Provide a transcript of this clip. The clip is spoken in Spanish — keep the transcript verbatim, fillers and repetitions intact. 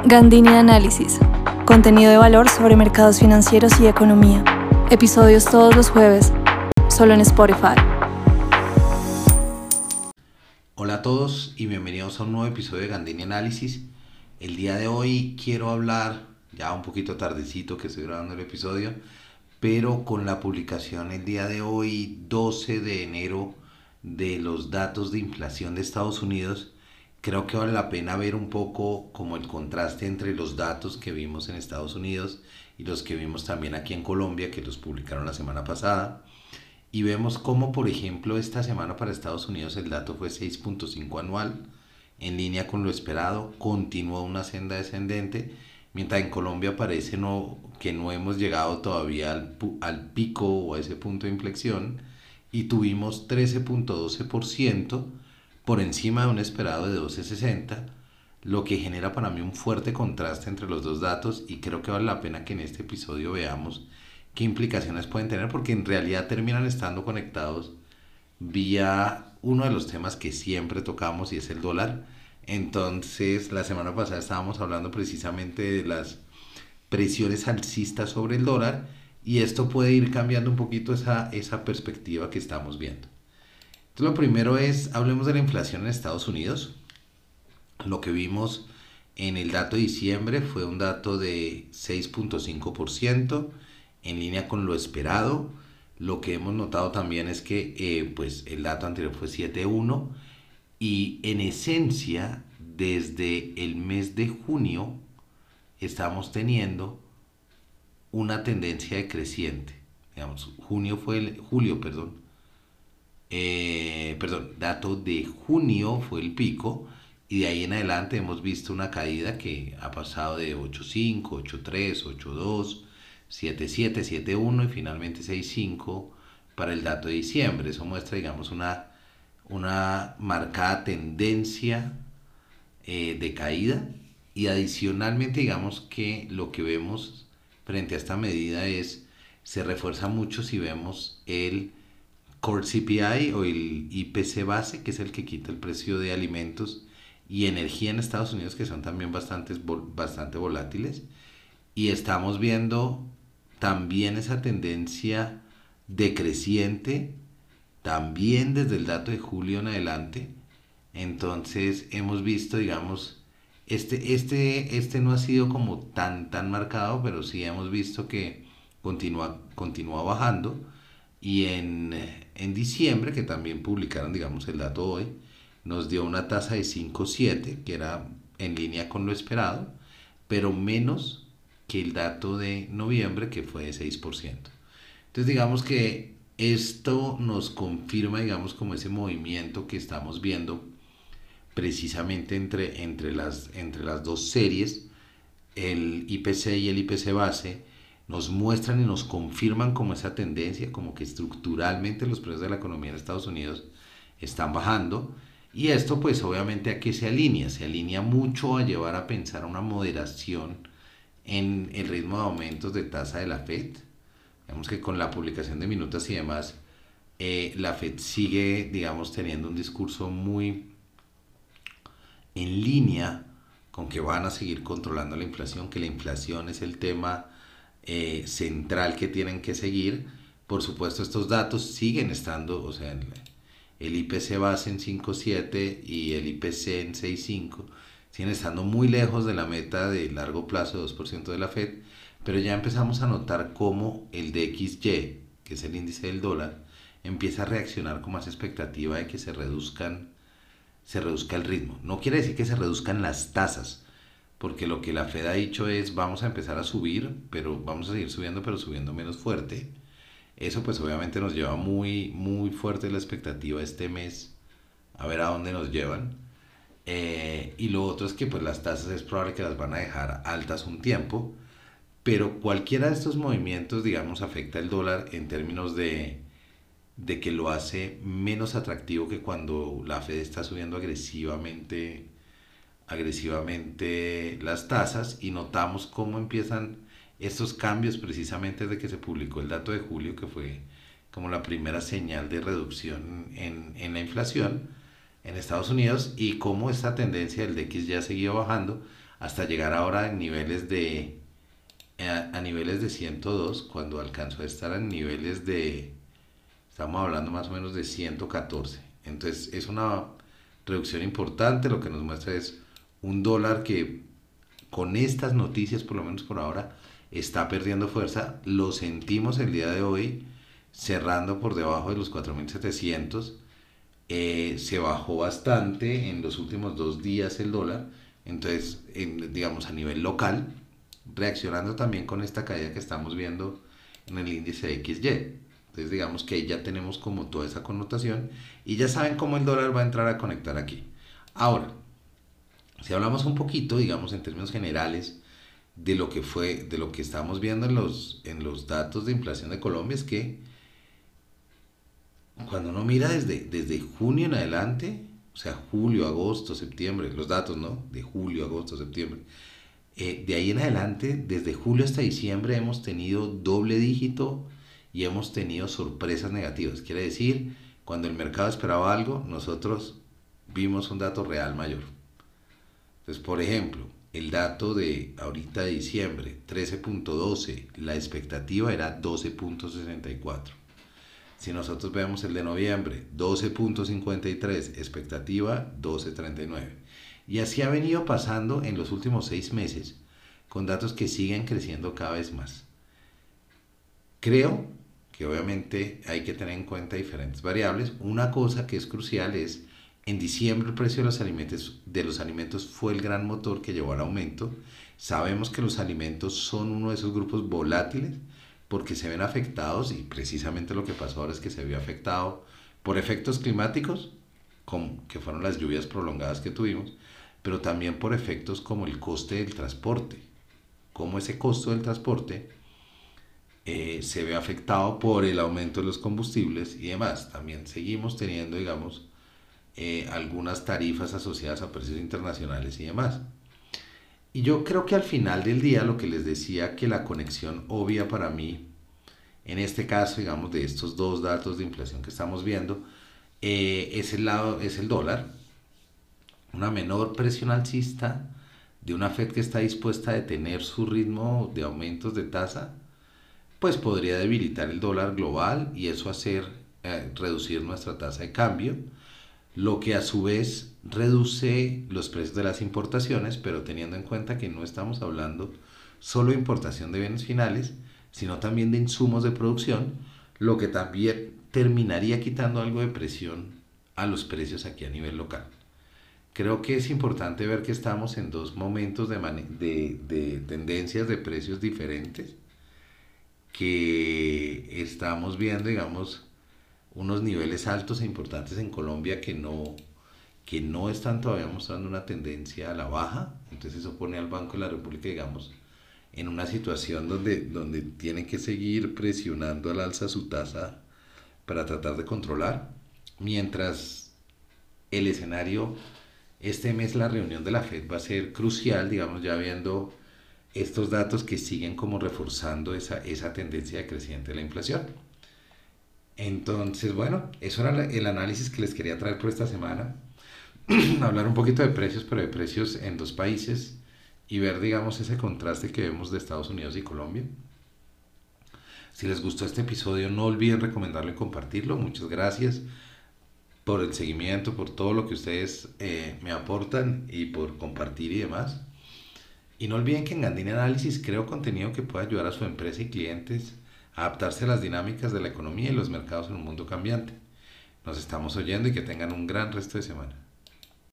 Gandini Análisis. Contenido de valor sobre mercados financieros y economía. Episodios todos los jueves, solo en Spotify. Hola a todos y bienvenidos a un nuevo episodio de Gandini Análisis. El día de hoy quiero hablar, ya un poquito tardecito que estoy grabando el episodio, pero con la publicación el día de hoy, doce de enero, de los datos de inflación de Estados Unidos, creo que vale la pena ver un poco como el contraste entre los datos que vimos en Estados Unidos y los que vimos también aquí en Colombia, que los publicaron la semana pasada. Y vemos cómo, por ejemplo, esta semana para Estados Unidos el dato fue seis punto cinco anual, en línea con lo esperado, continuó una senda descendente, mientras en Colombia parece no, que no hemos llegado todavía al, al pico o a ese punto de inflexión, y tuvimos trece punto doce por ciento por encima de un esperado de doce punto sesenta, lo que genera para mí un fuerte contraste entre los dos datos, y creo que vale la pena que en este episodio veamos qué implicaciones pueden tener, porque en realidad terminan estando conectados vía uno de los temas que siempre tocamos, y es el dólar. Entonces, la semana pasada estábamos hablando precisamente de las presiones alcistas sobre el dólar, y esto puede ir cambiando un poquito esa, esa perspectiva que estamos viendo. Entonces, lo primero es, hablemos de la inflación en Estados Unidos. Lo que vimos en el dato de diciembre fue un dato de seis punto cinco por ciento, en línea con lo esperado. Lo que hemos notado también es que eh, pues el dato anterior fue siete punto uno, y en esencia desde el mes de junio estamos teniendo una tendencia decreciente. Digamos, junio fue el, julio, perdón, eh, perdón, dato de junio fue el pico, y de ahí en adelante hemos visto una caída que ha pasado de ocho punto cinco, ocho punto tres, ocho punto dos, siete punto siete, siete punto uno y finalmente seis punto cinco para el dato de diciembre. Eso muestra, digamos, una, una marcada tendencia eh, de caída, y adicionalmente, digamos que lo que vemos frente a esta medida es, se refuerza mucho si vemos el Core C P I o el I P C base, que es el que quita el precio de alimentos y energía en Estados Unidos, que son también bastante, bastante volátiles, y estamos viendo también esa tendencia decreciente también desde el dato de julio en adelante. Entonces hemos visto, digamos, este, este, este no ha sido como tan tan marcado, pero sí hemos visto que continúa, continúa bajando. Y en, en diciembre, que también publicaron, digamos, el dato hoy, nos dio una tasa de cinco punto siete, que era en línea con lo esperado, pero menos que el dato de noviembre, que fue de seis por ciento. Entonces, digamos que esto nos confirma, digamos, como ese movimiento que estamos viendo precisamente entre, entre, las, entre las dos series, el I P C y el I P C base, nos muestran y nos confirman como esa tendencia, como que estructuralmente los precios de la economía en Estados Unidos están bajando. Y esto pues obviamente a qué se alinea, se alinea mucho a llevar a pensar una moderación en el ritmo de aumentos de tasa de la Fed. Vemos que con la publicación de minutas y demás, eh, la Fed sigue, digamos, teniendo un discurso muy en línea con que van a seguir controlando la inflación, que la inflación es el tema eh, central que tienen que seguir. Por supuesto, estos datos siguen estando, o sea, el I P C base en cinco punto siete y el I P C en seis punto cinco siguen estando muy lejos de la meta de largo plazo de dos por ciento de la Fed, pero ya empezamos a notar cómo el D X Y, que es el índice del dólar, empieza a reaccionar con más expectativa de que se reduzcan, se reduzca el ritmo. No quiere decir que se reduzcan las tasas, porque lo que la Fed ha dicho es, vamos a empezar a subir, pero vamos a seguir subiendo, pero subiendo menos fuerte. Eso pues obviamente nos lleva muy, muy fuerte la expectativa este mes, a ver a dónde nos llevan. Eh, y lo otro es que pues las tasas es probable que las van a dejar altas un tiempo, pero cualquiera de estos movimientos, digamos, afecta el dólar en términos de, de que lo hace menos atractivo que cuando la Fed está subiendo agresivamente, agresivamente las tasas, y notamos cómo empiezan estos cambios precisamente desde que se publicó el dato de julio, que fue como la primera señal de reducción en, en la inflación en Estados Unidos, y cómo esta tendencia del D X ya ha seguido bajando, hasta llegar ahora en niveles de, a, a niveles de ciento dos, cuando alcanzó a estar en niveles de, estamos hablando más o menos de ciento catorce. Entonces es una reducción importante, lo que nos muestra es un dólar que con estas noticias, por lo menos por ahora, está perdiendo fuerza. Lo sentimos el día de hoy cerrando por debajo de los cuatro mil setecientos. Eh, se bajó bastante en los últimos dos días el dólar, entonces en, digamos a nivel local, reaccionando también con esta caída que estamos viendo en el índice X Y. Entonces digamos que ya tenemos como toda esa connotación y ya saben cómo el dólar va a entrar a conectar aquí. Ahora, si hablamos un poquito, digamos en términos generales, de lo que fue, de lo que estamos viendo en los, en los datos de inflación de Colombia, es que cuando uno mira desde, desde junio en adelante, o sea, julio, agosto, septiembre, los datos, ¿no? De julio, agosto, septiembre. Eh, de ahí en adelante, desde julio hasta diciembre, hemos tenido doble dígito y hemos tenido sorpresas negativas. Quiere decir, cuando el mercado esperaba algo, nosotros vimos un dato real mayor. Entonces, por ejemplo, el dato de ahorita de diciembre, trece punto doce, la expectativa era doce punto sesenta y cuatro. Si nosotros vemos el de noviembre, doce punto cincuenta y tres, expectativa doce punto treinta y nueve. Y así ha venido pasando en los últimos seis meses, con datos que siguen creciendo cada vez más. Creo que obviamente hay que tener en cuenta diferentes variables. Una cosa que es crucial es, en diciembre el precio de los alimentos, de los alimentos fue el gran motor que llevó al aumento. Sabemos que los alimentos son uno de esos grupos volátiles, porque se ven afectados, y precisamente lo que pasó ahora es que se vio afectado por efectos climáticos, como que fueron las lluvias prolongadas que tuvimos, pero también por efectos como el coste del transporte, como ese costo del transporte eh, se ve afectado por el aumento de los combustibles y demás. También seguimos teniendo, digamos, eh, algunas tarifas asociadas a precios internacionales y demás. Y yo creo que al final del día, lo que les decía, que la conexión obvia para mí, en este caso, digamos, de estos dos datos de inflación que estamos viendo, eh, es, el lado, es el dólar. Una menor presión alcista de una Fed que está dispuesta a detener su ritmo de aumentos de tasa, pues podría debilitar el dólar global y eso hacer eh, reducir nuestra tasa de cambio, lo que a su vez reduce los precios de las importaciones, pero teniendo en cuenta que no estamos hablando solo de importación de bienes finales, sino también de insumos de producción, lo que también terminaría quitando algo de presión a los precios aquí a nivel local. Creo que es importante ver que estamos en dos momentos de, de, de tendencias de precios diferentes, que estamos viendo, digamos, unos niveles altos e importantes en Colombia que no, que no están todavía mostrando una tendencia a la baja. Entonces eso pone al Banco de la República, digamos, en una situación donde, donde tiene que seguir presionando al alza su tasa para tratar de controlar, mientras el escenario, este mes la reunión de la Fed va a ser crucial, digamos, ya viendo estos datos que siguen como reforzando esa, esa tendencia creciente de la inflación. Entonces, bueno, eso era el análisis que les quería traer por esta semana. Hablar un poquito de precios, pero de precios en dos países y ver, digamos, ese contraste que vemos de Estados Unidos y Colombia. Si les gustó este episodio, no olviden recomendarlo y compartirlo. Muchas gracias por el seguimiento, por todo lo que ustedes eh, me aportan y por compartir y demás. Y no olviden que en Gandini Análisis creo contenido que pueda ayudar a su empresa y clientes a adaptarse a las dinámicas de la economía y los mercados en un mundo cambiante. Nos estamos oyendo y que tengan un gran resto de semana.